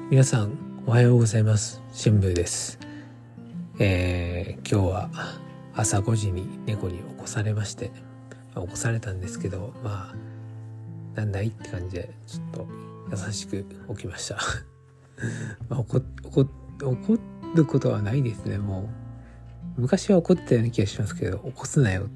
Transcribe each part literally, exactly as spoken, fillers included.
皆さんおはようございます。新聞です。えー、今日は朝ごじに猫に起こされまして、まあ、起こされたんですけど、まあなんだいって感じでちょっと優しく起きました。まあ、怒怒怒ることはないですね。もう昔は怒ってたような気がしますけど、起こすなよって。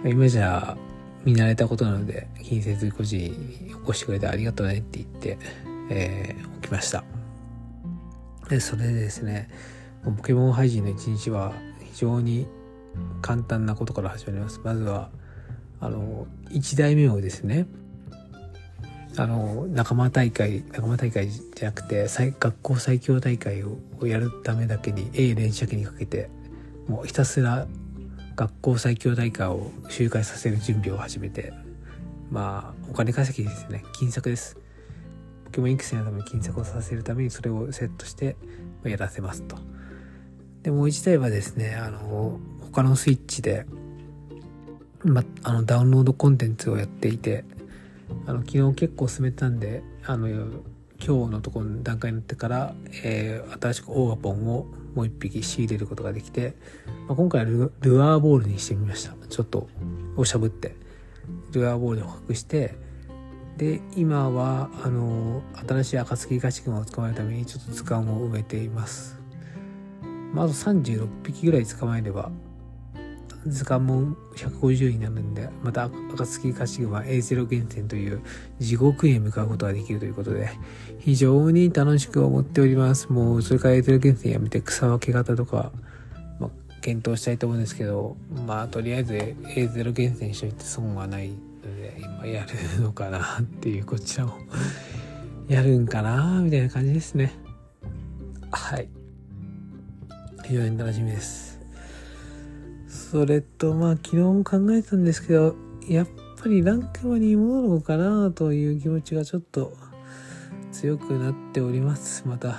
今じゃ見慣れたことなので気にせずごじに起こしてくれてありがとうねって言って、えー、起きました。でそれでですね、ポケモン配信の一日は非常に簡単なことから始まります。まずはあのいちだいめをですね、あの仲間大会仲間大会じゃなくて学校最強大会をやるためだけに A 連射機にかけて、もうひたすら学校最強大会を周回させる準備を始めて、まあお金稼ぎですね。金策です。ポケモン育成のために金策をさせるためにそれをセットしてやらせますと。でもう一台はですね、あの他のスイッチで、ま、あのダウンロードコンテンツをやっていて、あの昨日結構進めたんで、あの今日のところの段階になってから、えー、新しくオーガポンをもう一匹仕入れることができて、まあ、今回は ル, ルアーボールにしてみました。ちょっとおしゃぶってルアーボールで捕獲して、で今はあの新しい暁ガチグマを捕まえるためにちょっと図鑑を埋めています。まあ、あとさんじゅうろっぴきぐらい捕まえれば図鑑もひゃくごじゅうになるんで、また暁ガチグマ エーゼロ 厳選という地獄へ向かうことができるということで、非常に楽しく思っております。もうそれから エーゼロ 厳選やめて草分け方とか、まあ、検討したいと思うんですけど、まあとりあえず エーゼロ 厳選しといて損はないので今やるのかなっていう、こちらもやるんかなみたいな感じですね。はい、非常に楽しみです。それとまあ昨日も考えたんですけど、やっぱりランクマに戻ろうかなという気持ちがちょっと強くなっております。また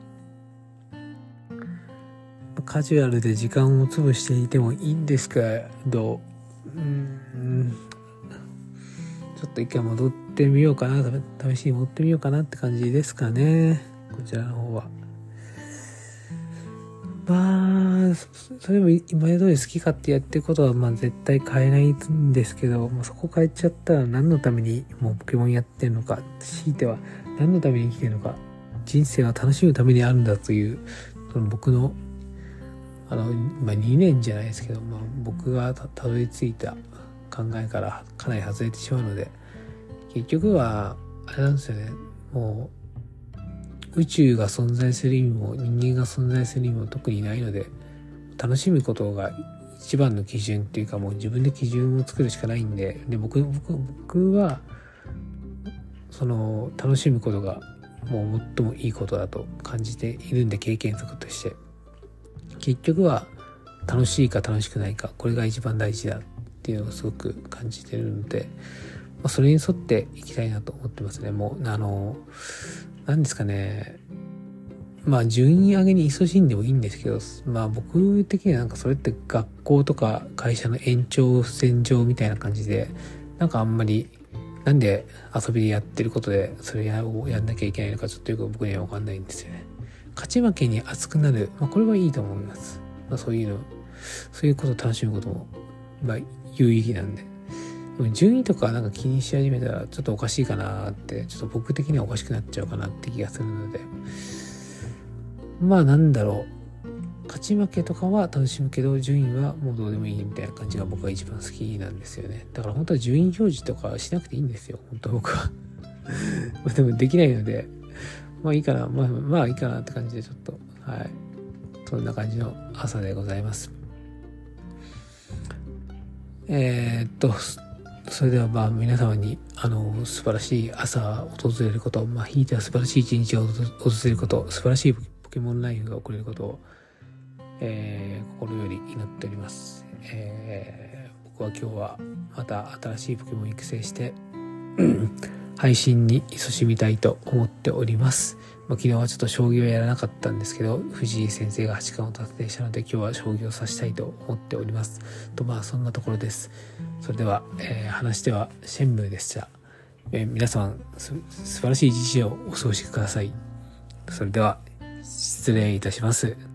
カジュアルで時間を潰していてもいいんですけど、うーんちょっと一回戻ってみようかな、試しに戻ってみようかなって感じですかね、こちらの方は。まあそれも今まで通り好き勝手やってることはまあ絶対変えないんですけど、もうそこ変えちゃったら何のためにもうポケモンやってるのか、強いては何のために生きてるのか、人生は楽しむためにあるんだという、その僕のあの、まあ、理念じゃないですけど、まあ、僕が た, たどり着いた考えからかなり外れてしまうので、結局はあれなんですよね、もう宇宙が存在する意味も人間が存在する意味も特にないので、楽しむことが一番の基準っていうか、もう自分で基準を作るしかないんで、で 僕, 僕, 僕はその楽しむことがもう最もいいことだと感じているんで、経験則として結局は楽しいか楽しくないか、これが一番大事だっていうのをすごく感じているので、まあ、それに沿っていきたいなと思ってますね。もうあの何ですかね、まあ順位上げに勤しんでもいいんですけど、まあ僕的にはなんかそれって学校とか会社の延長線上みたいな感じで、なんかあんまりなんで遊びでやってることでそれをやんなきゃいけないのかちょっとよく僕には分かんないんですよね。勝ち負けに熱くなる、まあ、これはいいと思います。まあ、そういうのそういうことを楽しむこともまあ有意義なんで。でも順位とかなんか気にし始めたらちょっとおかしいかなって、ちょっと僕的にはおかしくなっちゃうかなって気がするので、まあなんだろう、勝ち負けとかは楽しむけど順位はもうどうでもいいみたいな感じが僕は一番好きなんですよね。だから本当は順位表示とかしなくていいんですよ、本当は僕はでもできないので、まあいいかな、まあまあいいかなって感じで、ちょっとはいそんな感じの朝でございます。えー、っとそれではまあ皆様にあの素晴らしい朝訪れること、まあひいては素晴らしい一日が訪れること、素晴らしいポケモンライフが送れることを、えー、心より祈っております。えー、僕は今日はまた新しいポケモン育成して配信に勤しみたいと思っております。まあ、昨日はちょっと将棋をやらなかったんですけど、藤井先生が八冠を達成したので今日は将棋を指したいと思っておりますと、まあそんなところです。それでは、えー、話してはシェンムーでした。 えー、皆さんす素晴らしい一日をお過ごしください。それでは失礼いたします。